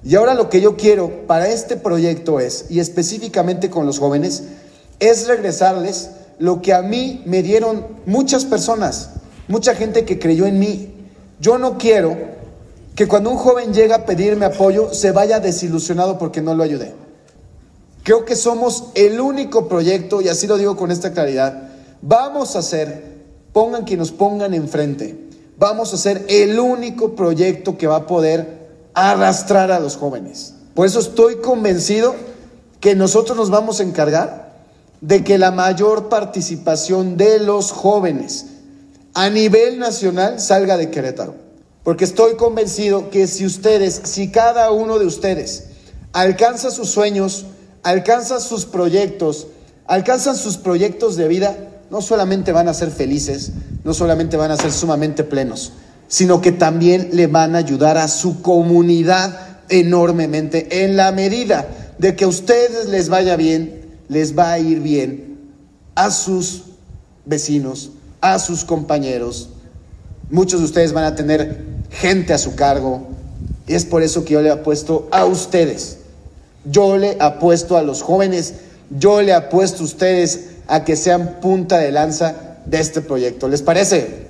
Y ahora lo que yo quiero para este proyecto es, y específicamente con los jóvenes, es regresarles lo que a mí me dieron muchas personas, mucha gente que creyó en mí. Yo no quiero que cuando un joven llega a pedirme apoyo se vaya desilusionado porque no lo ayudé. Creo que somos el único proyecto, y así lo digo con esta claridad, vamos a ser, pongan quien nos pongan enfrente, vamos a ser el único proyecto que va a poder arrastrar a los jóvenes. Por eso estoy convencido que nosotros nos vamos a encargar de que la mayor participación de los jóvenes a nivel nacional salga de Querétaro. Porque estoy convencido que si cada uno de ustedes alcanza sus sueños, alcanza sus proyectos, alcanzan sus proyectos de vida, no solamente van a ser felices, no solamente van a ser sumamente plenos, sino que también le van a ayudar a su comunidad enormemente, en la medida de que a ustedes les vaya bien, les va a ir bien a sus vecinos, a sus compañeros. Muchos de ustedes van a tener gente a su cargo, y es por eso que yo le apuesto a ustedes, yo le apuesto a los jóvenes, yo le apuesto a ustedes a que sean punta de lanza de este proyecto. ¿Les parece?